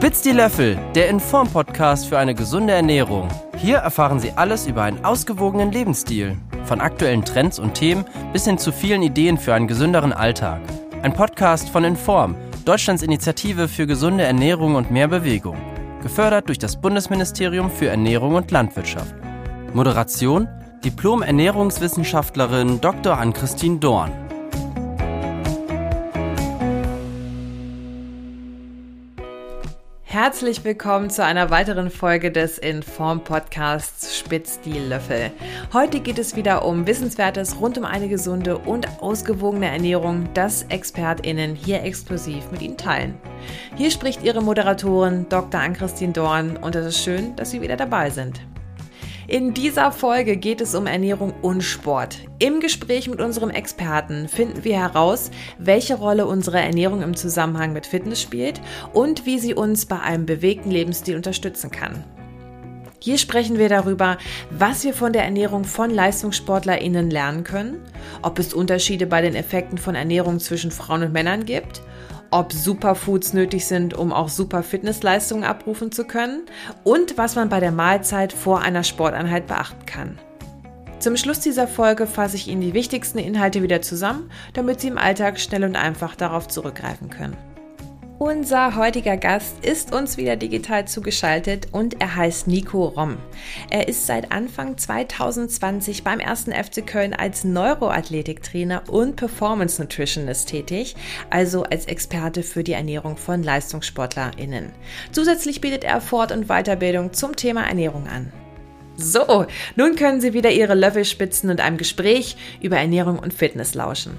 Spitz die Löffel, der Inform-Podcast für eine gesunde Ernährung. Hier erfahren Sie alles über einen ausgewogenen Lebensstil. Von aktuellen Trends und Themen bis hin zu vielen Ideen für einen gesünderen Alltag. Ein Podcast von Inform, Deutschlands Initiative für gesunde Ernährung und mehr Bewegung. Gefördert durch das Bundesministerium für Ernährung und Landwirtschaft. Moderation: Diplom-Ernährungswissenschaftlerin Dr. Ann-Christine Dorn. Herzlich willkommen zu einer weiteren Folge des Inform-Podcasts Spitz die Löffel. Heute geht es wieder um Wissenswertes rund um eine gesunde und ausgewogene Ernährung, das ExpertInnen hier exklusiv mit Ihnen teilen. Hier spricht Ihre Moderatorin Dr. Ann-Christine Dorn und es ist schön, dass Sie wieder dabei sind. In dieser Folge geht es um Ernährung und Sport. Im Gespräch mit unserem Experten finden wir heraus, welche Rolle unsere Ernährung im Zusammenhang mit Fitness spielt und wie sie uns bei einem bewegten Lebensstil unterstützen kann. Hier sprechen wir darüber, was wir von der Ernährung von LeistungssportlerInnen lernen können, ob es Unterschiede bei den Effekten von Ernährung zwischen Frauen und Männern gibt, ob Superfoods nötig sind, um auch super Fitnessleistungen abrufen zu können und was man bei der Mahlzeit vor einer Sporteinheit beachten kann. Zum Schluss dieser Folge fasse ich Ihnen die wichtigsten Inhalte wieder zusammen, damit Sie im Alltag schnell und einfach darauf zurückgreifen können. Unser heutiger Gast ist uns wieder digital zugeschaltet und er heißt Nico Romm. Er ist seit Anfang 2020 beim 1. FC Köln als Neuroathletiktrainer und Performance Nutritionist tätig, also als Experte für die Ernährung von LeistungssportlerInnen. Zusätzlich bietet er Fort- und Weiterbildung zum Thema Ernährung an. So, nun können Sie wieder Ihre Löffel spitzen und einem Gespräch über Ernährung und Fitness lauschen.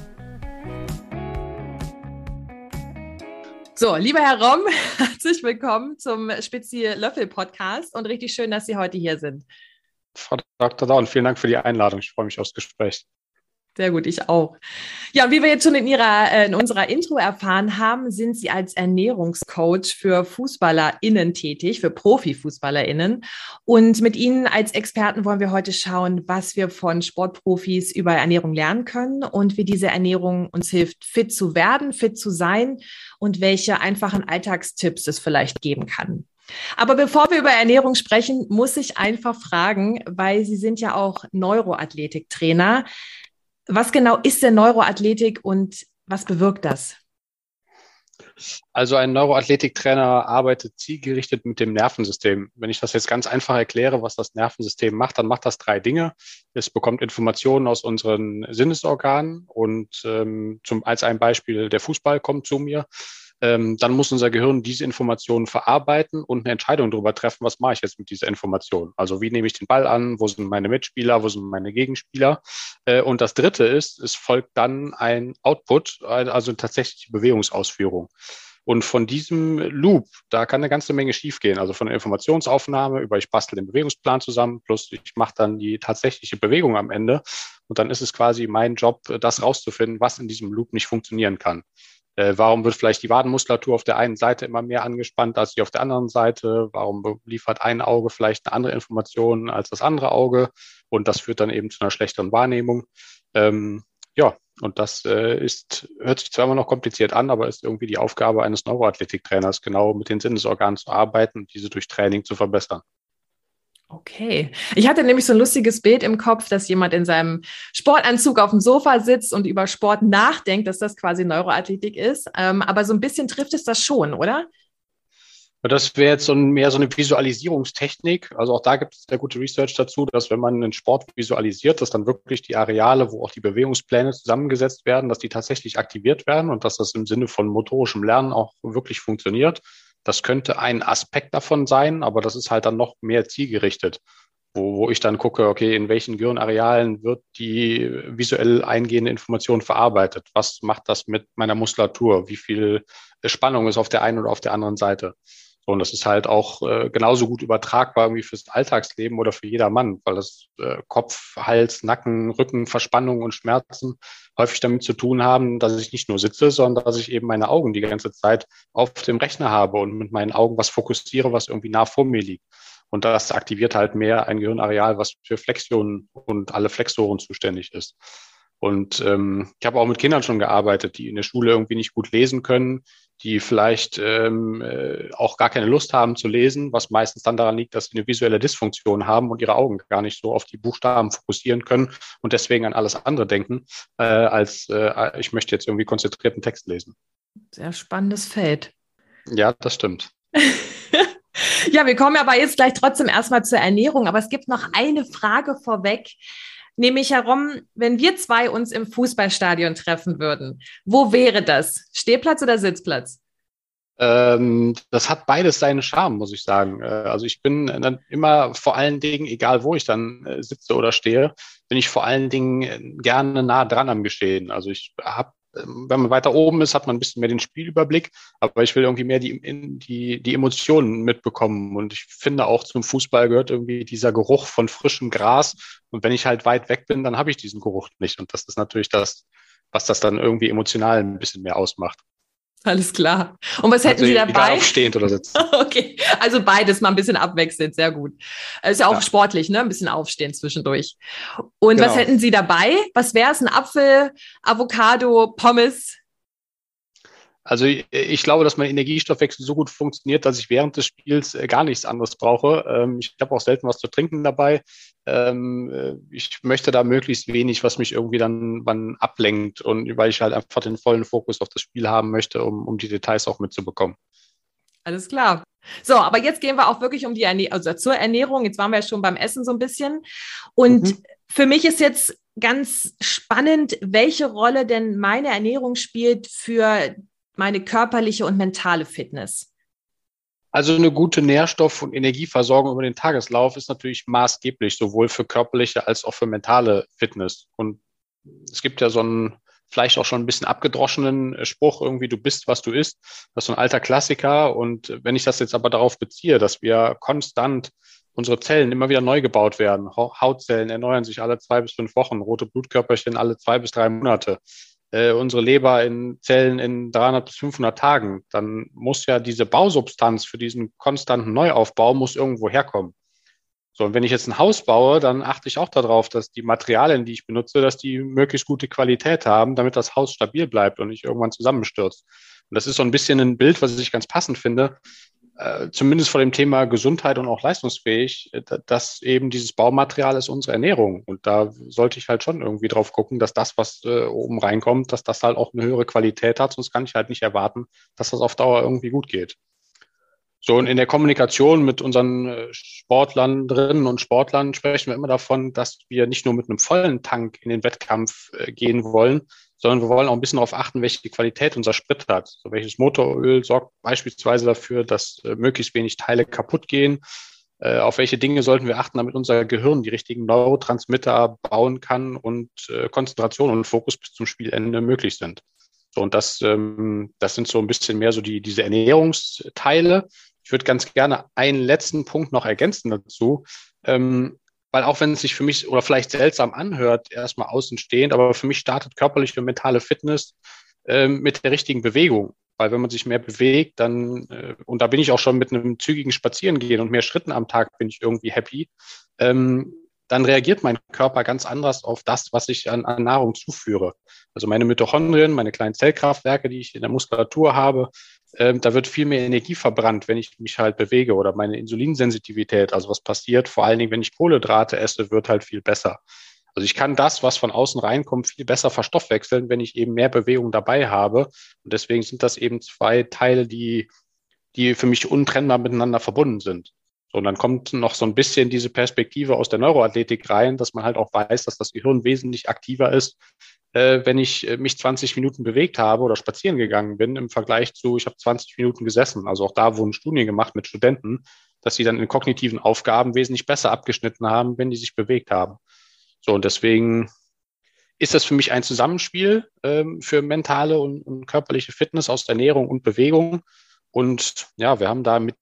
So, lieber Herr Romm, herzlich willkommen zum Spitz die Löffel Podcast und richtig schön, dass Sie heute hier sind. Frau Dr. Dorn, vielen Dank für die Einladung. Ich freue mich aufs Gespräch. Sehr gut, ich auch. Ja, wie wir jetzt schon in unserer Intro erfahren haben, sind Sie als Ernährungscoach für FußballerInnen tätig, für ProfifußballerInnen. Und mit Ihnen als Experten wollen wir heute schauen, was wir von Sportprofis über Ernährung lernen können und wie diese Ernährung uns hilft, fit zu werden, fit zu sein und welche einfachen Alltagstipps es vielleicht geben kann. Aber bevor wir über Ernährung sprechen, muss ich einfach fragen, weil Sie sind ja auch Neuroathletiktrainer. Was genau ist denn Neuroathletik und was bewirkt das? Also ein Neuroathletiktrainer arbeitet zielgerichtet mit dem Nervensystem. Wenn ich das jetzt ganz einfach erkläre, was das Nervensystem macht, dann macht das 3 Dinge. Es bekommt Informationen aus unseren Sinnesorganen und als ein Beispiel der Fußball kommt zu mir. Dann muss unser Gehirn diese Informationen verarbeiten und eine Entscheidung darüber treffen, was mache ich jetzt mit dieser Information. Also wie nehme ich den Ball an, wo sind meine Mitspieler, wo sind meine Gegenspieler. Und das Dritte ist, es folgt dann ein Output, also eine tatsächliche Bewegungsausführung. Und von diesem Loop, da kann eine ganze Menge schiefgehen. Also von der Informationsaufnahme über ich bastel den Bewegungsplan zusammen, plus ich mache dann die tatsächliche Bewegung am Ende. Und dann ist es quasi mein Job, das rauszufinden, was in diesem Loop nicht funktionieren kann. Warum wird vielleicht die Wadenmuskulatur auf der einen Seite immer mehr angespannt als die auf der anderen Seite? Warum liefert ein Auge vielleicht eine andere Information als das andere Auge? Und das führt dann eben zu einer schlechteren Wahrnehmung. Und das hört sich zwar immer noch kompliziert an, aber ist irgendwie die Aufgabe eines Neuroathletiktrainers, genau mit den Sinnesorganen zu arbeiten und diese durch Training zu verbessern. Okay. Ich hatte nämlich so ein lustiges Bild im Kopf, dass jemand in seinem Sportanzug auf dem Sofa sitzt und über Sport nachdenkt, dass das quasi Neuroathletik ist. Aber so ein bisschen trifft es das schon, oder? Das wäre jetzt mehr so eine Visualisierungstechnik. Also auch da gibt es sehr gute Research dazu, dass wenn man einen Sport visualisiert, dass dann wirklich die Areale, wo auch die Bewegungspläne zusammengesetzt werden, dass die tatsächlich aktiviert werden und dass das im Sinne von motorischem Lernen auch wirklich funktioniert. Das könnte ein Aspekt davon sein, aber das ist halt dann noch mehr zielgerichtet, wo ich dann gucke, okay, in welchen Gehirnarealen wird die visuell eingehende Information verarbeitet? Was macht das mit meiner Muskulatur? Wie viel Spannung ist auf der einen oder auf der anderen Seite? So, und das ist halt auch genauso gut übertragbar irgendwie fürs Alltagsleben oder für jedermann, weil das Kopf, Hals, Nacken, Rücken, Verspannung und Schmerzen häufig damit zu tun haben, dass ich nicht nur sitze, sondern dass ich eben meine Augen die ganze Zeit auf dem Rechner habe und mit meinen Augen was fokussiere, was irgendwie nah vor mir liegt. Und das aktiviert halt mehr ein Gehirnareal, was für Flexionen und alle Flexoren zuständig ist. Und ich habe auch mit Kindern schon gearbeitet, die in der Schule irgendwie nicht gut lesen können, die vielleicht auch gar keine Lust haben zu lesen, was meistens dann daran liegt, dass sie eine visuelle Dysfunktion haben und ihre Augen gar nicht so auf die Buchstaben fokussieren können und deswegen an alles andere denken, als ich möchte jetzt irgendwie konzentrierten Text lesen. Sehr spannendes Feld. Ja, das stimmt. Ja, wir kommen aber jetzt gleich trotzdem erstmal zur Ernährung. Aber es gibt noch eine Frage vorweg, nämlich herum, wenn wir zwei uns im Fußballstadion treffen würden, wo wäre das? Stehplatz oder Sitzplatz? Das hat beides seinen Charme, muss ich sagen. Also ich bin dann immer vor allen Dingen, egal wo ich dann sitze oder stehe, bin ich vor allen Dingen gerne nah dran am Geschehen. Also ich habe, wenn man weiter oben ist, hat man ein bisschen mehr den Spielüberblick, aber ich will irgendwie mehr die Emotionen mitbekommen. Und ich finde auch zum Fußball gehört irgendwie dieser Geruch von frischem Gras. Und wenn ich halt weit weg bin, dann habe ich diesen Geruch nicht. Und das ist natürlich das, was das dann irgendwie emotional ein bisschen mehr ausmacht. Alles klar. Und was hätten Sie dabei? Egal ob stehend oder sitzend. Okay, also beides mal ein bisschen abwechselnd, sehr gut. Ist ja auch Ja. sportlich, ne? Ein bisschen aufstehen zwischendurch. Und Genau. was hätten Sie dabei? Was wäre es? Ein Apfel, Avocado, Pommes? Also ich glaube, dass mein Energiestoffwechsel so gut funktioniert, dass ich während des Spiels gar nichts anderes brauche. Ich habe auch selten was zu trinken dabei. Ich möchte da möglichst wenig, was mich irgendwie dann ablenkt und weil ich halt einfach den vollen Fokus auf das Spiel haben möchte, um die Details auch mitzubekommen. Alles klar. So, aber jetzt gehen wir auch wirklich um die also zur Ernährung. Jetzt waren wir ja schon beim Essen so ein bisschen. Und für mich ist jetzt ganz spannend, welche Rolle denn meine Ernährung spielt für meine körperliche und mentale Fitness. Also eine gute Nährstoff- und Energieversorgung über den Tageslauf ist natürlich maßgeblich, sowohl für körperliche als auch für mentale Fitness. Und es gibt ja so einen vielleicht auch schon ein bisschen abgedroschenen Spruch, irgendwie du bist, was du isst. Das ist so ein alter Klassiker. Und wenn ich das jetzt aber darauf beziehe, dass wir konstant unsere Zellen immer wieder neu gebaut werden, Hautzellen erneuern sich alle 2 bis 5 Wochen, rote Blutkörperchen alle 2 bis 3 Monate, unsere Leber in Zellen in 300 bis 500 Tagen, dann muss ja diese Bausubstanz für diesen konstanten Neuaufbau muss irgendwo herkommen. So, und wenn ich jetzt ein Haus baue, dann achte ich auch darauf, dass die Materialien, die ich benutze, dass die möglichst gute Qualität haben, damit das Haus stabil bleibt und nicht irgendwann zusammenstürzt. Und das ist so ein bisschen ein Bild, was ich ganz passend finde, zumindest vor dem Thema Gesundheit und auch leistungsfähig, dass eben dieses Baumaterial ist unsere Ernährung. Und da sollte ich halt schon irgendwie drauf gucken, dass das, was oben reinkommt, dass das halt auch eine höhere Qualität hat. Sonst kann ich halt nicht erwarten, dass das auf Dauer irgendwie gut geht. So, und in der Kommunikation mit unseren Sportlerinnen und Sportlern sprechen wir immer davon, dass wir nicht nur mit einem vollen Tank in den Wettkampf gehen wollen, sondern wir wollen auch ein bisschen darauf achten, welche Qualität unser Sprit hat. So, welches Motoröl sorgt beispielsweise dafür, dass möglichst wenig Teile kaputt gehen. Auf welche Dinge sollten wir achten, damit unser Gehirn die richtigen Neurotransmitter bauen kann und Konzentration und Fokus bis zum Spielende möglich sind. So, und das sind so ein bisschen mehr so diese Ernährungsteile. Ich würde ganz gerne einen letzten Punkt noch ergänzen dazu, weil auch wenn es sich für mich oder vielleicht seltsam anhört, erstmal außenstehend, aber für mich startet körperliche und mentale Fitness mit der richtigen Bewegung. Weil wenn man sich mehr bewegt, dann, und da bin ich auch schon mit einem zügigen Spazierengehen und mehr Schritten am Tag bin ich irgendwie happy, dann reagiert mein Körper ganz anders auf das, was ich an Nahrung zuführe. Also meine Mitochondrien, meine kleinen Zellkraftwerke, die ich in der Muskulatur habe, da wird viel mehr Energie verbrannt, wenn ich mich halt bewege, oder meine Insulinsensitivität, also was passiert, vor allen Dingen, wenn ich Kohlenhydrate esse, wird halt viel besser. Also ich kann das, was von außen reinkommt, viel besser verstoffwechseln, wenn ich eben mehr Bewegung dabei habe. Und deswegen sind das eben 2 Teile, die für mich untrennbar miteinander verbunden sind. So, und dann kommt noch so ein bisschen diese Perspektive aus der Neuroathletik rein, dass man halt auch weiß, dass das Gehirn wesentlich aktiver ist, wenn ich mich 20 Minuten bewegt habe oder spazieren gegangen bin, im Vergleich zu, ich habe 20 Minuten gesessen. Also auch da wurden Studien gemacht mit Studenten, dass sie dann in kognitiven Aufgaben wesentlich besser abgeschnitten haben, wenn die sich bewegt haben. So, und deswegen ist das für mich ein Zusammenspiel für mentale und körperliche Fitness aus Ernährung und Bewegung. Und ja, wir haben da mit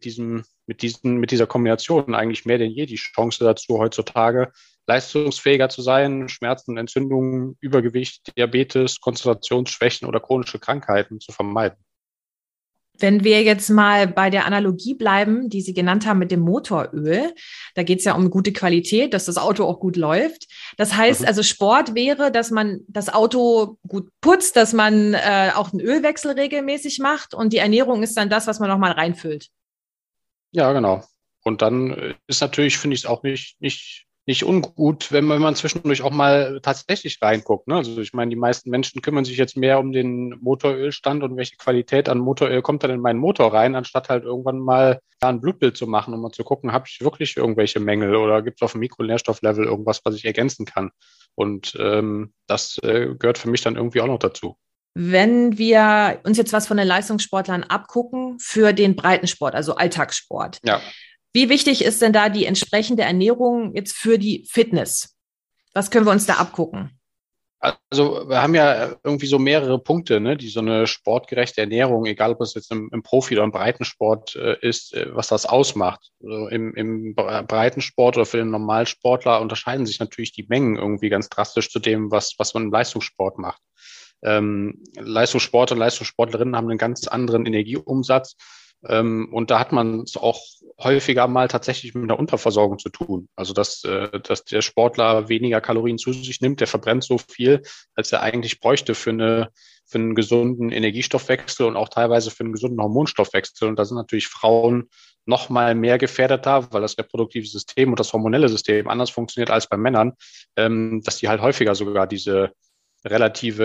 dieser Kombination eigentlich mehr denn je die Chance dazu, heutzutage leistungsfähiger zu sein, Schmerzen, Entzündungen, Übergewicht, Diabetes, Konzentrationsschwächen oder chronische Krankheiten zu vermeiden. Wenn wir jetzt mal bei der Analogie bleiben, die Sie genannt haben mit dem Motoröl, da geht es ja um gute Qualität, dass das Auto auch gut läuft. Das heißt also, Sport wäre, dass man das Auto gut putzt, dass man auch einen Ölwechsel regelmäßig macht und die Ernährung ist dann das, was man nochmal reinfüllt. Ja, genau. Und dann ist natürlich, finde ich es auch nicht ungut, wenn man zwischendurch auch mal tatsächlich reinguckt. Ne? Also ich meine, die meisten Menschen kümmern sich jetzt mehr um den Motorölstand und welche Qualität an Motoröl kommt dann in meinen Motor rein, anstatt halt irgendwann mal ein Blutbild zu machen, um mal zu gucken, habe ich wirklich irgendwelche Mängel oder gibt es auf dem Mikronährstofflevel irgendwas, was ich ergänzen kann. Und das gehört für mich dann irgendwie auch noch dazu. Wenn wir uns jetzt was von den Leistungssportlern abgucken für den Breitensport, also Alltagssport. Ja. Wie wichtig ist denn da die entsprechende Ernährung jetzt für die Fitness? Was können wir uns da abgucken? Also wir haben ja irgendwie so mehrere Punkte, ne, die so eine sportgerechte Ernährung, egal ob es jetzt im Profi- oder im Breitensport ist, was das ausmacht. Also im Breitensport oder für den Normalsportler unterscheiden sich natürlich die Mengen irgendwie ganz drastisch zu dem, was man im Leistungssport macht. Leistungssportler und Leistungssportlerinnen haben einen ganz anderen Energieumsatz. Und da hat man es auch häufiger mal tatsächlich mit einer Unterversorgung zu tun. Also dass der Sportler weniger Kalorien zu sich nimmt, der verbrennt so viel, als er eigentlich bräuchte für einen gesunden Energiestoffwechsel und auch teilweise für einen gesunden Hormonstoffwechsel. Und da sind natürlich Frauen noch mal mehr gefährdeter, weil das reproduktive System und das hormonelle System anders funktioniert als bei Männern, dass die halt häufiger sogar diese relative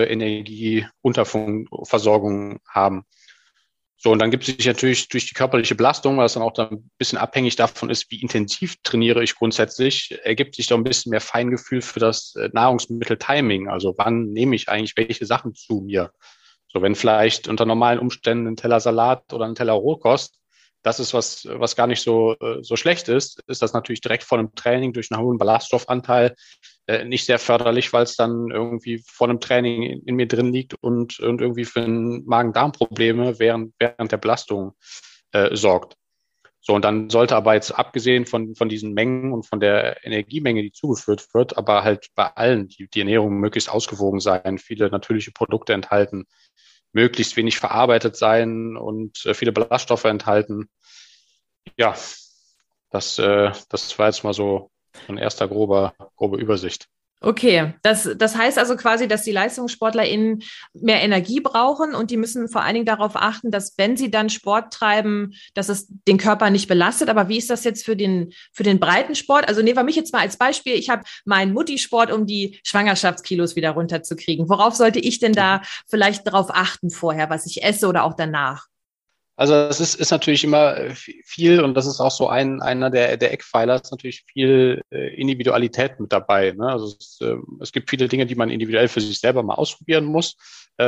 Energieunterversorgung haben. So, und dann gibt es sich natürlich durch die körperliche Belastung, weil es dann auch dann ein bisschen abhängig davon ist, wie intensiv trainiere ich grundsätzlich, ergibt sich da ein bisschen mehr Feingefühl für das Nahrungsmittel-Timing. Also wann nehme ich eigentlich welche Sachen zu mir? So, wenn vielleicht unter normalen Umständen ein Teller Salat oder ein Teller Rohkost, das ist was gar nicht so schlecht ist das natürlich direkt vor einem Training durch einen hohen Ballaststoffanteil nicht sehr förderlich, weil es dann irgendwie vor einem Training in mir drin liegt und irgendwie für Magen-Darm-Probleme während der Belastung sorgt. So, und dann sollte aber jetzt abgesehen von diesen Mengen und von der Energiemenge, die zugeführt wird, aber halt bei allen die Ernährung möglichst ausgewogen sein, viele natürliche Produkte enthalten, möglichst wenig verarbeitet sein und viele Ballaststoffe enthalten. Ja, das war jetzt mal so ein erster grobe Übersicht. Okay, das heißt also quasi, dass die LeistungssportlerInnen mehr Energie brauchen und die müssen vor allen Dingen darauf achten, dass wenn sie dann Sport treiben, dass es den Körper nicht belastet. Aber wie ist das jetzt für den Breitensport? Also nehmen wir mich jetzt mal als Beispiel. Ich habe meinen Mutti-Sport, um die Schwangerschaftskilos wieder runterzukriegen. Worauf sollte ich denn da vielleicht darauf achten vorher, was ich esse oder auch danach? Also es ist natürlich immer viel und das ist auch so einer der Eckpfeiler, ist natürlich viel Individualität mit dabei. Ne? Also es gibt viele Dinge, die man individuell für sich selber mal ausprobieren muss.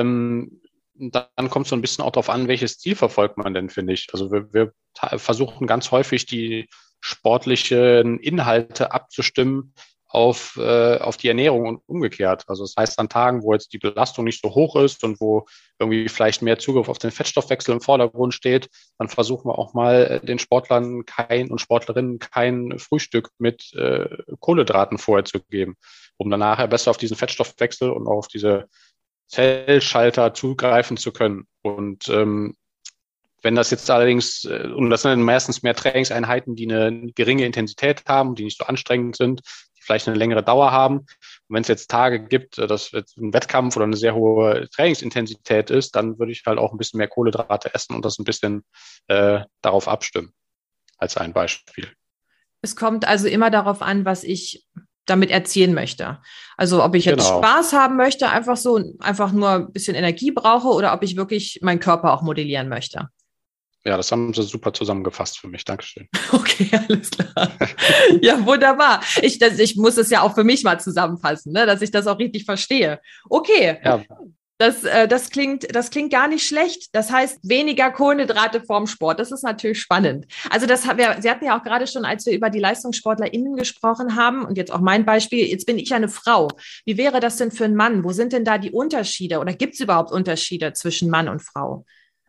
Dann kommt es so ein bisschen auch darauf an, welches Ziel verfolgt man denn, finde ich. Also wir versuchen ganz häufig die sportlichen Inhalte abzustimmen auf die Ernährung und umgekehrt. Also das heißt, an Tagen, wo jetzt die Belastung nicht so hoch ist und wo irgendwie vielleicht mehr Zugriff auf den Fettstoffwechsel im Vordergrund steht, dann versuchen wir auch mal den Sportlern und Sportlerinnen kein Frühstück mit Kohlenhydraten vorher zu geben, um dann nachher besser auf diesen Fettstoffwechsel und auch auf diese Zellschalter zugreifen zu können. Und wenn das jetzt allerdings, und das sind dann meistens mehr Trainingseinheiten, die eine geringe Intensität haben, die nicht so anstrengend sind, die vielleicht eine längere Dauer haben. Und wenn es jetzt Tage gibt, dass jetzt ein Wettkampf oder eine sehr hohe Trainingsintensität ist, dann würde ich halt auch ein bisschen mehr Kohlenhydrate essen und das ein bisschen darauf abstimmen, als ein Beispiel. Es kommt also immer darauf an, was ich damit erzielen möchte. Also ob ich jetzt Spaß haben möchte, einfach nur ein bisschen Energie brauche oder ob ich wirklich meinen Körper auch modellieren möchte. Ja, das haben Sie super zusammengefasst für mich. Dankeschön. Okay, alles klar. Ja, wunderbar. Ich muss es ja auch für mich mal zusammenfassen, ne, dass ich das auch richtig verstehe. Okay. Ja. Das klingt gar nicht schlecht. Das heißt, weniger Kohlenhydrate vorm Sport. Das ist natürlich spannend. Also Sie hatten ja auch gerade schon, als wir über die LeistungssportlerInnen gesprochen haben und jetzt auch mein Beispiel, jetzt bin ich eine Frau. Wie wäre das denn für einen Mann? Wo sind denn da die Unterschiede oder gibt es überhaupt Unterschiede zwischen Mann und Frau?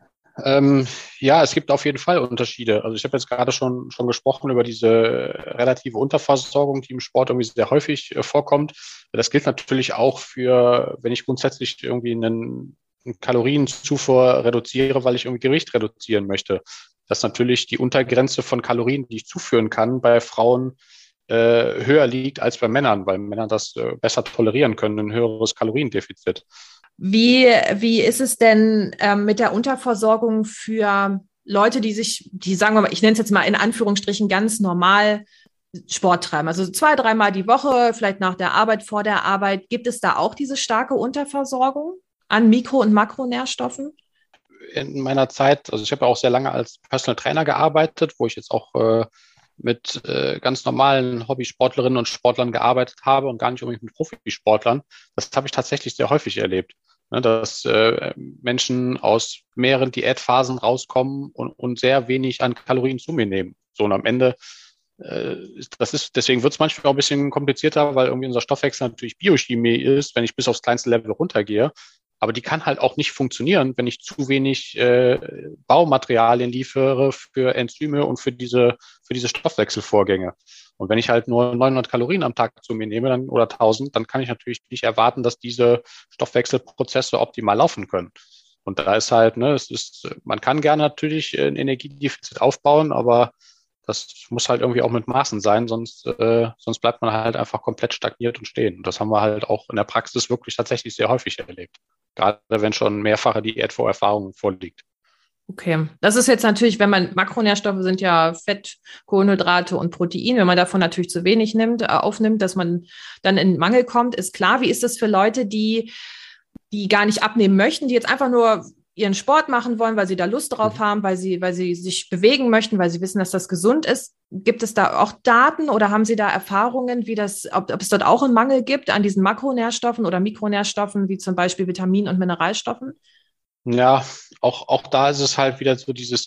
Ja, es gibt auf jeden Fall Unterschiede. Also ich habe jetzt gerade schon gesprochen über diese relative Unterversorgung, die im Sport irgendwie sehr häufig vorkommt. Das gilt natürlich auch für, wenn ich grundsätzlich irgendwie einen Kalorienzufuhr reduziere, weil ich irgendwie Gewicht reduzieren möchte. Dass natürlich die Untergrenze von Kalorien, die ich zuführen kann, bei Frauen höher liegt als bei Männern, weil Männer das besser tolerieren können, ein höheres Kaloriendefizit. Wie ist es denn mit der Unterversorgung für Leute, die sagen wir mal, ich nenne es jetzt mal in Anführungsstrichen ganz normal Sport treiben, also 2-3 Mal die Woche, vielleicht nach der Arbeit, vor der Arbeit. Gibt es da auch diese starke Unterversorgung an Mikro- und Makronährstoffen? In meiner Zeit, also ich habe ja auch sehr lange als Personal Trainer gearbeitet, wo ich jetzt auch mit ganz normalen Hobbysportlerinnen und Sportlern gearbeitet habe und gar nicht unbedingt mit Profisportlern. Das habe ich tatsächlich sehr häufig erlebt, ne, dass Menschen aus mehreren Diätphasen rauskommen und sehr wenig an Kalorien zu mir nehmen. So, und am Ende deswegen wird es manchmal auch ein bisschen komplizierter, weil irgendwie unser Stoffwechsel natürlich Biochemie ist, wenn ich bis aufs kleinste Level runtergehe. Aber die kann halt auch nicht funktionieren, wenn ich zu wenig Baumaterialien liefere für Enzyme und für diese Stoffwechselvorgänge. Und wenn ich halt nur 900 Kalorien am Tag zu mir nehme oder 1000, dann kann ich natürlich nicht erwarten, dass diese Stoffwechselprozesse optimal laufen können. Und da ist halt, ne, man kann gerne natürlich ein Energiedefizit aufbauen, aber das muss halt irgendwie auch mit Maßen sein, sonst bleibt man halt einfach komplett stagniert und stehen. Und das haben wir halt auch in der Praxis wirklich tatsächlich sehr häufig erlebt. Gerade wenn schon mehrfache Diätvorerfahrung vorliegt. Okay, das ist jetzt natürlich, wenn man Makronährstoffe sind ja Fett, Kohlenhydrate und Protein, wenn man davon natürlich zu wenig aufnimmt, dass man dann in Mangel kommt, ist klar. Wie ist das für Leute, die gar nicht abnehmen möchten, die jetzt einfach nur ihren Sport machen wollen, weil sie da Lust drauf haben, weil sie sich bewegen möchten, weil sie wissen, dass das gesund ist? Gibt es da auch Daten oder haben Sie da Erfahrungen, ob es dort auch einen Mangel gibt an diesen Makronährstoffen oder Mikronährstoffen, wie zum Beispiel Vitaminen und Mineralstoffen? Ja, auch da ist es halt wieder so dieses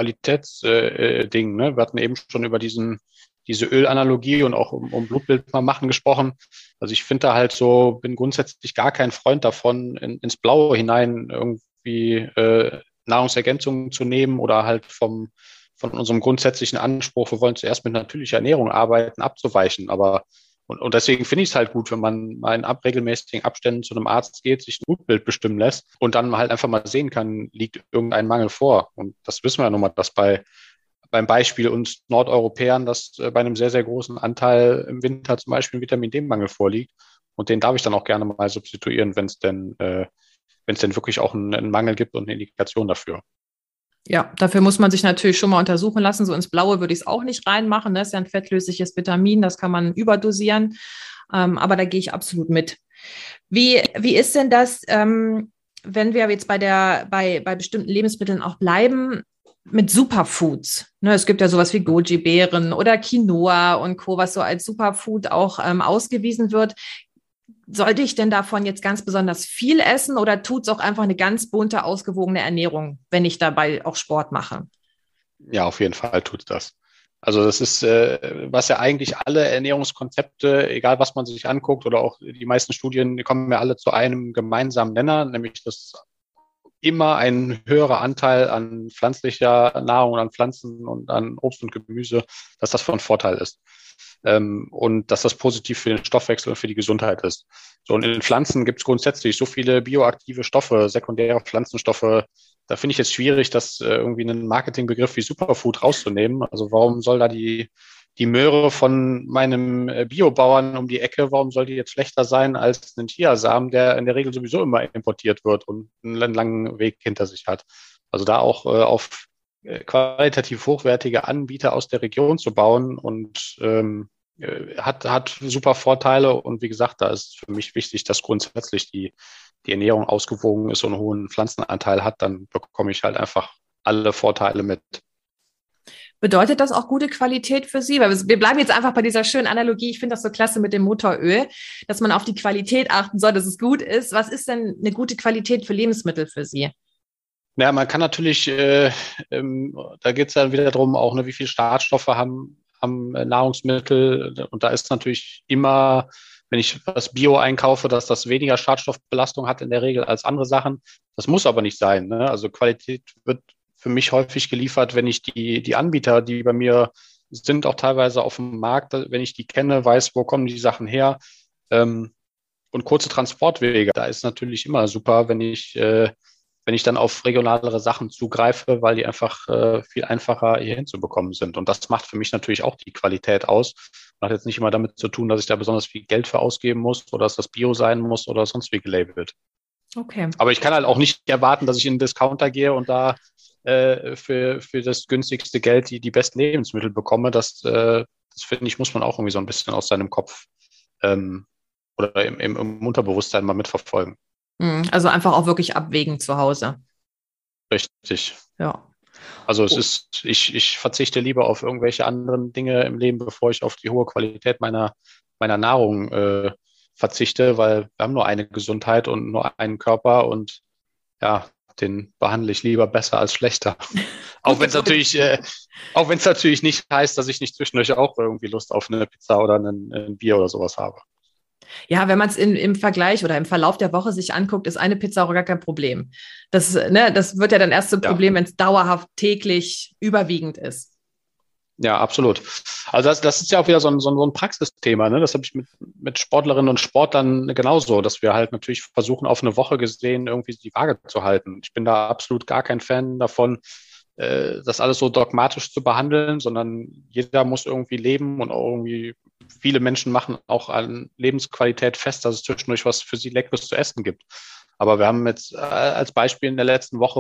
Individualitätsding. Ne? Wir hatten eben schon über diese Ölanalogie und auch um Blutbild mal machen gesprochen. Also ich finde da halt so, bin grundsätzlich gar kein Freund davon, ins Blaue hinein irgendwie Nahrungsergänzungen zu nehmen oder halt von unserem grundsätzlichen Anspruch, wir wollen zuerst mit natürlicher Ernährung arbeiten, abzuweichen. Und deswegen finde ich es halt gut, wenn man mal in regelmäßigen Abständen zu einem Arzt geht, sich ein Blutbild bestimmen lässt und dann halt einfach mal sehen kann, liegt irgendein Mangel vor. Und das wissen wir ja nun mal, dass beim Beispiel uns Nordeuropäern, dass bei einem sehr, sehr großen Anteil im Winter zum Beispiel ein Vitamin D-Mangel vorliegt. Und den darf ich dann auch gerne mal substituieren, wenn es denn wirklich auch einen Mangel gibt und eine Indikation dafür. Ja, dafür muss man sich natürlich schon mal untersuchen lassen. So ins Blaue würde ich es auch nicht reinmachen. Ne? Das ist ja ein fettlösliches Vitamin, das kann man überdosieren. Aber da gehe ich absolut mit. Wie ist denn das, wenn wir jetzt bei bestimmten Lebensmitteln auch bleiben, mit Superfoods? Ne, es gibt ja sowas wie Goji-Beeren oder Quinoa und Co., was so als Superfood auch ausgewiesen wird. Sollte ich denn davon jetzt ganz besonders viel essen oder tut es auch einfach eine ganz bunte, ausgewogene Ernährung, wenn ich dabei auch Sport mache? Ja, auf jeden Fall tut das. Also das ist, was ja eigentlich alle Ernährungskonzepte, egal was man sich anguckt oder auch die meisten Studien, die kommen ja alle zu einem gemeinsamen Nenner, nämlich dass immer ein höherer Anteil an pflanzlicher Nahrung, an Pflanzen und an Obst und Gemüse, dass das von Vorteil ist. Und dass das positiv für den Stoffwechsel und für die Gesundheit ist. So, und in Pflanzen gibt es grundsätzlich so viele bioaktive Stoffe, sekundäre Pflanzenstoffe. Da finde ich es schwierig, das irgendwie einen Marketingbegriff wie Superfood rauszunehmen. Also warum soll da die Möhre von meinem Biobauern um die Ecke, warum soll die jetzt schlechter sein als ein Chiasamen, der in der Regel sowieso immer importiert wird und einen langen Weg hinter sich hat? Also da auch auf qualitativ hochwertige Anbieter aus der Region zu bauen und hat super Vorteile. Und wie gesagt, da ist für mich wichtig, dass grundsätzlich die Ernährung ausgewogen ist und einen hohen Pflanzenanteil hat. Dann bekomme ich halt einfach alle Vorteile mit. Bedeutet das auch gute Qualität für Sie? Weil wir bleiben jetzt einfach bei dieser schönen Analogie. Ich finde das so klasse mit dem Motoröl, dass man auf die Qualität achten soll, dass es gut ist. Was ist denn eine gute Qualität für Lebensmittel für Sie? Ja, man kann natürlich, da geht es dann wieder darum, auch wie viele Schadstoffe haben Nahrungsmittel. Und da ist natürlich immer, wenn ich was Bio einkaufe, dass das weniger Schadstoffbelastung hat in der Regel als andere Sachen. Das muss aber nicht sein. Ne? Also Qualität wird für mich häufig geliefert, wenn ich die Anbieter, die bei mir sind, auch teilweise auf dem Markt, wenn ich die kenne, weiß, wo kommen die Sachen her, Und kurze Transportwege, da ist natürlich immer super, wenn ich dann auf regionalere Sachen zugreife, weil die einfach viel einfacher hier hinzubekommen sind. Und das macht für mich natürlich auch die Qualität aus. Und hat jetzt nicht immer damit zu tun, dass ich da besonders viel Geld für ausgeben muss oder dass das Bio sein muss oder sonst wie gelabelt. Okay. Aber ich kann halt auch nicht erwarten, dass ich in den Discounter gehe und da für das günstigste Geld die besten Lebensmittel bekomme. Das finde ich, muss man auch irgendwie so ein bisschen aus seinem Kopf oder im Unterbewusstsein mal mitverfolgen. Also einfach auch wirklich abwägen zu Hause. Richtig. Ja. Also ich verzichte lieber auf irgendwelche anderen Dinge im Leben, bevor ich auf die hohe Qualität meiner Nahrung verzichte, weil wir haben nur eine Gesundheit und nur einen Körper und ja, den behandle ich lieber besser als schlechter. Auch wenn es natürlich nicht heißt, dass ich nicht zwischendurch auch irgendwie Lust auf eine Pizza oder ein Bier oder sowas habe. Ja, wenn man es im Vergleich oder im Verlauf der Woche sich anguckt, ist eine Pizza auch gar kein Problem. Das wird ja dann erst zum Problem, wenn es dauerhaft täglich überwiegend ist. Ja, absolut. Also das ist ja auch wieder so ein Praxisthema, ne? Das habe ich mit Sportlerinnen und Sportlern genauso, dass wir halt natürlich versuchen, auf eine Woche gesehen irgendwie die Waage zu halten. Ich bin da absolut gar kein Fan davon, das alles so dogmatisch zu behandeln, sondern jeder muss irgendwie leben und auch irgendwie viele Menschen machen auch an Lebensqualität fest, dass es zwischendurch was für sie Leckeres zu essen gibt. Aber wir haben jetzt als Beispiel in der letzten Woche,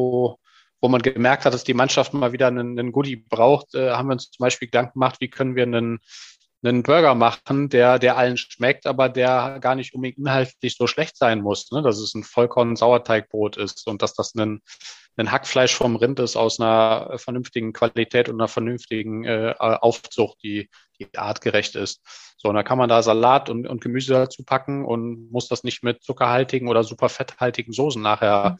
wo man gemerkt hat, dass die Mannschaft mal wieder einen Goodie braucht, haben wir uns zum Beispiel Gedanken gemacht, wie können wir einen Burger machen, der allen schmeckt, aber der gar nicht unbedingt inhaltlich so schlecht sein muss, ne? Dass es ein Vollkorn-Sauerteigbrot ist und dass das ein Hackfleisch vom Rind ist aus einer vernünftigen Qualität und einer vernünftigen Aufzucht, die artgerecht ist. So, und da kann man da Salat und Gemüse dazu packen und muss das nicht mit zuckerhaltigen oder super fetthaltigen Soßen nachher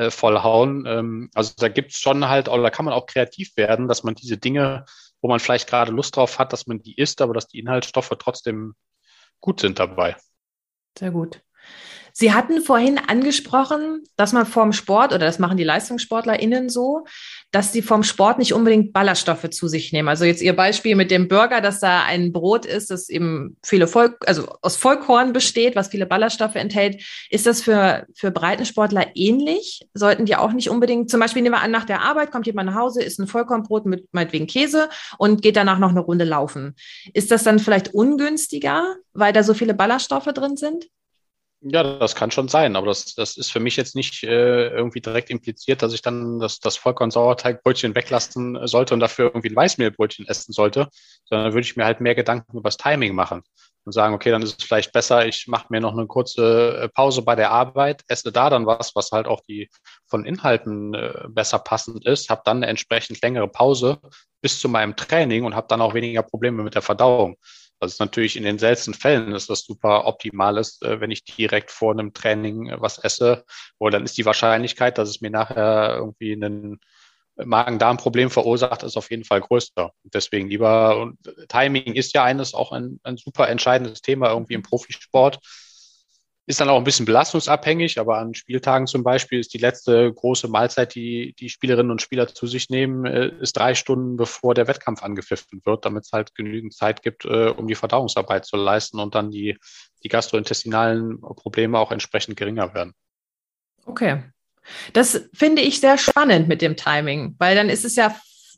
vollhauen. Also da gibt's schon halt, oder da kann man auch kreativ werden, dass man diese Dinge, wo man vielleicht gerade Lust drauf hat, dass man die isst, aber dass die Inhaltsstoffe trotzdem gut sind dabei. Sehr gut. Sie hatten vorhin angesprochen, dass man vorm Sport, oder das machen die LeistungssportlerInnen so, dass sie vorm Sport nicht unbedingt Ballaststoffe zu sich nehmen. Also jetzt Ihr Beispiel mit dem Burger, dass da ein Brot ist, das eben aus Vollkorn besteht, was viele Ballaststoffe enthält. Ist das für Breitensportler ähnlich? Sollten die auch nicht unbedingt, zum Beispiel nehmen wir an, nach der Arbeit kommt jemand nach Hause, isst ein Vollkornbrot mit meinetwegen Käse und geht danach noch eine Runde laufen. Ist das dann vielleicht ungünstiger, weil da so viele Ballaststoffe drin sind? Ja, das kann schon sein, aber das ist für mich jetzt nicht irgendwie direkt impliziert, dass ich dann das Vollkorn-Sauerteigbrötchen weglassen sollte und dafür irgendwie ein Weißmehlbrötchen essen sollte, sondern würde ich mir halt mehr Gedanken über das Timing machen und sagen, okay, dann ist es vielleicht besser, ich mache mir noch eine kurze Pause bei der Arbeit, esse da dann was halt auch die von Inhalten besser passend ist, habe dann eine entsprechend längere Pause bis zu meinem Training und habe dann auch weniger Probleme mit der Verdauung. Das ist natürlich in den seltensten Fällen ist das super optimal ist, wenn ich direkt vor einem Training was esse, wo dann ist die Wahrscheinlichkeit, dass es mir nachher irgendwie ein Magen-Darm-Problem verursacht, ist auf jeden Fall größer. Deswegen lieber, und Timing ist ja auch ein super entscheidendes Thema irgendwie im Profisport. Ist dann auch ein bisschen belastungsabhängig, aber an Spieltagen zum Beispiel ist die letzte große Mahlzeit, die Spielerinnen und Spieler zu sich nehmen, ist 3 Stunden, bevor der Wettkampf angepfiffen wird, damit es halt genügend Zeit gibt, um die Verdauungsarbeit zu leisten und dann die gastrointestinalen Probleme auch entsprechend geringer werden. Okay. Das finde ich sehr spannend mit dem Timing, weil dann ist es ja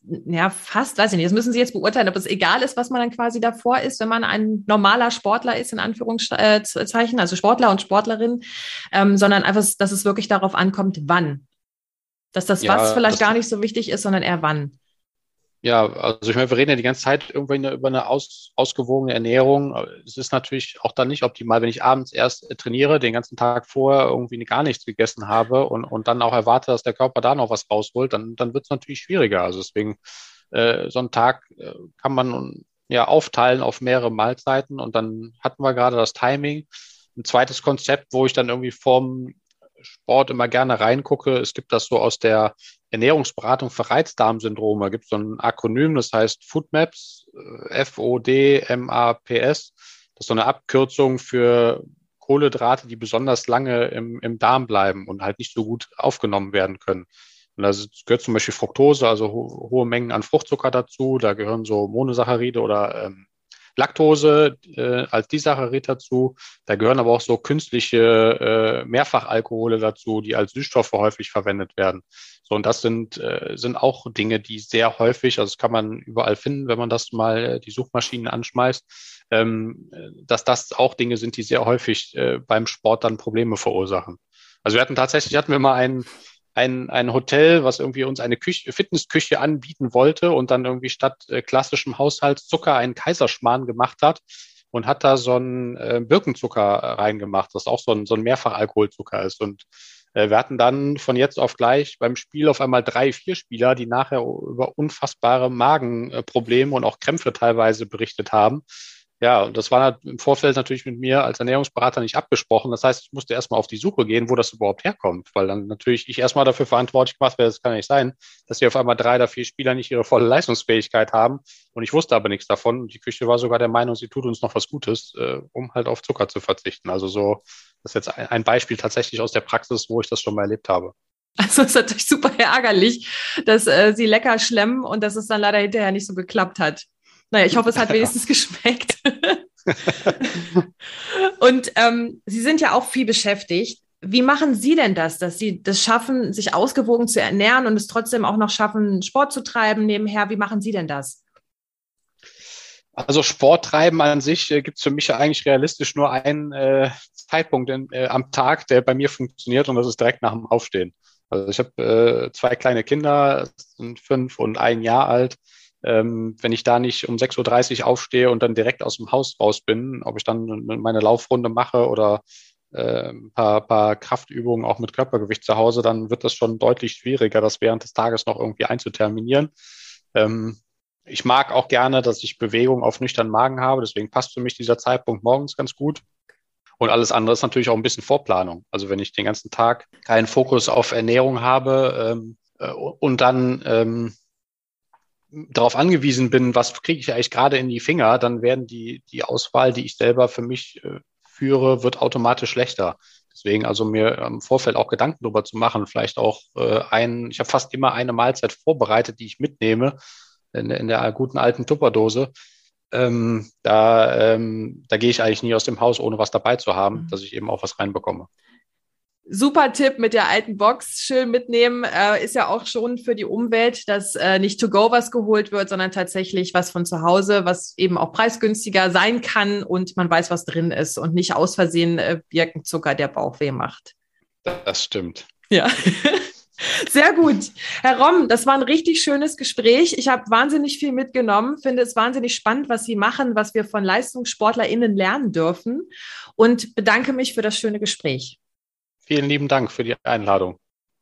fast, weiß ich nicht, das müssen Sie jetzt beurteilen, ob es egal ist, was man dann quasi davor ist, wenn man ein normaler Sportler ist, in Anführungszeichen, also Sportler und Sportlerin, sondern einfach, dass es wirklich darauf ankommt, wann. Dass das was vielleicht gar nicht so wichtig ist, sondern eher wann. Ja, also ich meine, wir reden ja die ganze Zeit irgendwie über eine ausgewogene Ernährung. Es ist natürlich auch dann nicht optimal, wenn ich abends erst trainiere, den ganzen Tag vorher irgendwie gar nichts gegessen habe und dann auch erwarte, dass der Körper da noch was rausholt, dann wird es natürlich schwieriger. Also deswegen so einen Tag kann man ja aufteilen auf mehrere Mahlzeiten und dann hatten wir gerade das Timing. Ein zweites Konzept, wo ich dann irgendwie vorm Sport immer gerne reingucke. Es gibt das so aus der Ernährungsberatung für Reizdarmsyndrome. Da gibt es so ein Akronym, das heißt FODMAPs, FODMAPS. Das ist so eine Abkürzung für Kohlenhydrate, die besonders lange im Darm bleiben und halt nicht so gut aufgenommen werden können. Und da gehört zum Beispiel Fructose, also hohe Mengen an Fruchtzucker dazu. Da gehören so Monosaccharide oder Laktose als Disaccharid dazu. Da gehören aber auch so künstliche Mehrfachalkohole dazu, die als Süßstoffe häufig verwendet werden. So, und das sind auch Dinge, die sehr häufig, also das kann man überall finden, wenn man das mal die Suchmaschinen anschmeißt, dass das auch Dinge sind, die sehr häufig beim Sport dann Probleme verursachen. Also hatten wir mal ein Hotel, was irgendwie uns eine Fitnessküche anbieten wollte und dann irgendwie statt klassischem Haushaltszucker einen Kaiserschmarrn gemacht hat und hat da so einen Birkenzucker reingemacht, was auch so ein Mehrfachalkoholzucker ist. Und wir hatten dann von jetzt auf gleich beim Spiel auf einmal 3, 4 Spieler, die nachher über unfassbare Magenprobleme und auch Krämpfe teilweise berichtet haben. Ja, und das war im Vorfeld natürlich mit mir als Ernährungsberater nicht abgesprochen. Das heißt, ich musste erstmal auf die Suche gehen, wo das überhaupt herkommt, weil dann natürlich ich erstmal dafür verantwortlich gemacht werde, das kann ja nicht sein, dass hier auf einmal 3 oder 4 Spieler nicht ihre volle Leistungsfähigkeit haben. Und ich wusste aber nichts davon. Und die Küche war sogar der Meinung, sie tut uns noch was Gutes, um halt auf Zucker zu verzichten. Also so, das ist jetzt ein Beispiel tatsächlich aus der Praxis, wo ich das schon mal erlebt habe. Also es ist natürlich super ärgerlich, dass sie lecker schlemmen und dass es dann leider hinterher nicht so geklappt hat. Naja, ich hoffe, es hat wenigstens geschmeckt. Und Sie sind ja auch viel beschäftigt. Wie machen Sie denn das, dass Sie das schaffen, sich ausgewogen zu ernähren und es trotzdem auch noch schaffen, Sport zu treiben nebenher? Wie machen Sie denn das? Also Sport treiben an sich gibt es für mich ja eigentlich realistisch nur einen Zeitpunkt am Tag, der bei mir funktioniert, und das ist direkt nach dem Aufstehen. Also ich habe 2 kleine Kinder, sind 5 und 1 Jahr alt. Wenn ich da nicht um 6.30 Uhr aufstehe und dann direkt aus dem Haus raus bin, ob ich dann meine Laufrunde mache oder ein paar Kraftübungen auch mit Körpergewicht zu Hause, dann wird das schon deutlich schwieriger, das während des Tages noch irgendwie einzuterminieren. Ich mag auch gerne, dass ich Bewegung auf nüchternen Magen habe, deswegen passt für mich dieser Zeitpunkt morgens ganz gut. Und alles andere ist natürlich auch ein bisschen Vorplanung. Also wenn ich den ganzen Tag keinen Fokus auf Ernährung habe und dann darauf angewiesen bin, was kriege ich eigentlich gerade in die Finger, dann werden die Auswahl, die ich selber für mich führe, wird automatisch schlechter. Deswegen also mir im Vorfeld auch Gedanken darüber zu machen, vielleicht auch ich habe fast immer eine Mahlzeit vorbereitet, die ich mitnehme in der guten alten Tupperdose. Da gehe ich eigentlich nie aus dem Haus, ohne was dabei zu haben, dass ich eben auch was reinbekomme. Super Tipp mit der alten Box, schön mitnehmen, ist ja auch schon für die Umwelt, dass nicht to go was geholt wird, sondern tatsächlich was von zu Hause, was eben auch preisgünstiger sein kann und man weiß, was drin ist und nicht aus Versehen Birkenzucker, der Bauchweh macht. Das stimmt. Ja. Sehr gut. Herr Romm, das war ein richtig schönes Gespräch. Ich habe wahnsinnig viel mitgenommen, finde es wahnsinnig spannend, was Sie machen, was wir von LeistungssportlerInnen lernen dürfen und bedanke mich für das schöne Gespräch. Vielen lieben Dank für die Einladung.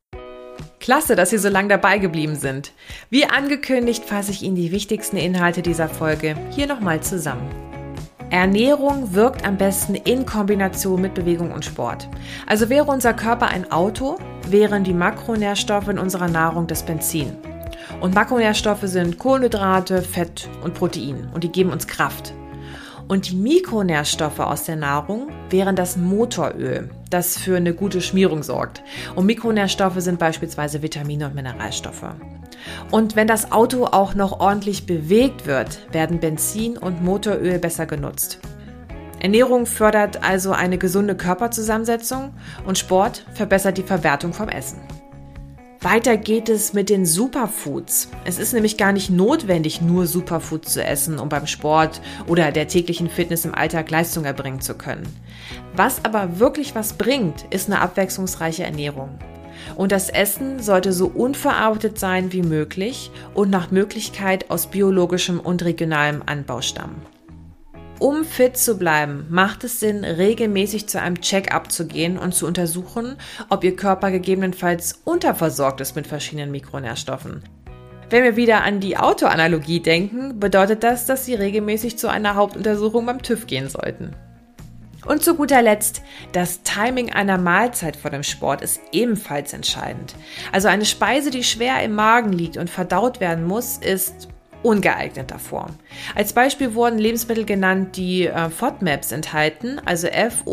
Klasse, dass Sie so lange dabei geblieben sind. Wie angekündigt, fasse ich Ihnen die wichtigsten Inhalte dieser Folge hier nochmal zusammen. Ernährung wirkt am besten in Kombination mit Bewegung und Sport. Also wäre unser Körper ein Auto, wären die Makronährstoffe in unserer Nahrung das Benzin. Und Makronährstoffe sind Kohlenhydrate, Fett und Protein und die geben uns Kraft. Und die Mikronährstoffe aus der Nahrung wären das Motoröl, das für eine gute Schmierung sorgt. Und Mikronährstoffe sind beispielsweise Vitamine und Mineralstoffe. Und wenn das Auto auch noch ordentlich bewegt wird, werden Benzin und Motoröl besser genutzt. Ernährung fördert also eine gesunde Körperzusammensetzung und Sport verbessert die Verwertung vom Essen. Weiter geht es mit den Superfoods. Es ist nämlich gar nicht notwendig, nur Superfoods zu essen, um beim Sport oder der täglichen Fitness im Alltag Leistung erbringen zu können. Was aber wirklich was bringt, ist eine abwechslungsreiche Ernährung. Und das Essen sollte so unverarbeitet sein wie möglich und nach Möglichkeit aus biologischem und regionalem Anbau stammen. Um fit zu bleiben, macht es Sinn, regelmäßig zu einem Check-up zu gehen und zu untersuchen, ob Ihr Körper gegebenenfalls unterversorgt ist mit verschiedenen Mikronährstoffen. Wenn wir wieder an die Autoanalogie denken, bedeutet das, dass Sie regelmäßig zu einer Hauptuntersuchung beim TÜV gehen sollten. Und zu guter Letzt, das Timing einer Mahlzeit vor dem Sport ist ebenfalls entscheidend. Also eine Speise, die schwer im Magen liegt und verdaut werden muss, ist ungeeigneter Form. Als Beispiel wurden Lebensmittel genannt, die FODMAPs enthalten, also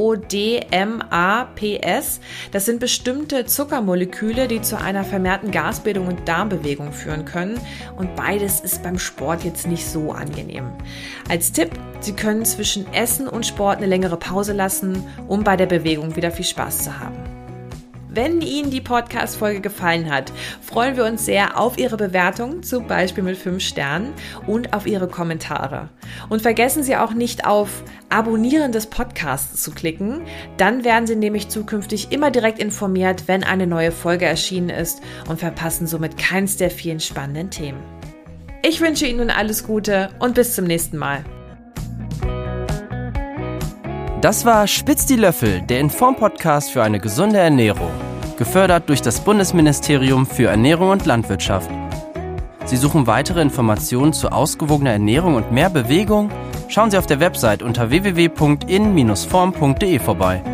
FODMAPs. Das sind bestimmte Zuckermoleküle, die zu einer vermehrten Gasbildung und Darmbewegung führen können. Und beides ist beim Sport jetzt nicht so angenehm. Als Tipp, Sie können zwischen Essen und Sport eine längere Pause lassen, um bei der Bewegung wieder viel Spaß zu haben. Wenn Ihnen die Podcast-Folge gefallen hat, freuen wir uns sehr auf Ihre Bewertung, zum Beispiel mit 5 Sternen, und auf Ihre Kommentare. Und vergessen Sie auch nicht auf Abonnieren des Podcasts zu klicken. Dann werden Sie nämlich zukünftig immer direkt informiert, wenn eine neue Folge erschienen ist, und verpassen somit keins der vielen spannenden Themen. Ich wünsche Ihnen nun alles Gute und bis zum nächsten Mal. Das war Spitz die Löffel, der Inform-Podcast für eine gesunde Ernährung, gefördert durch das Bundesministerium für Ernährung und Landwirtschaft. Sie suchen weitere Informationen zu ausgewogener Ernährung und mehr Bewegung? Schauen Sie auf der Website unter www.in-form.de vorbei.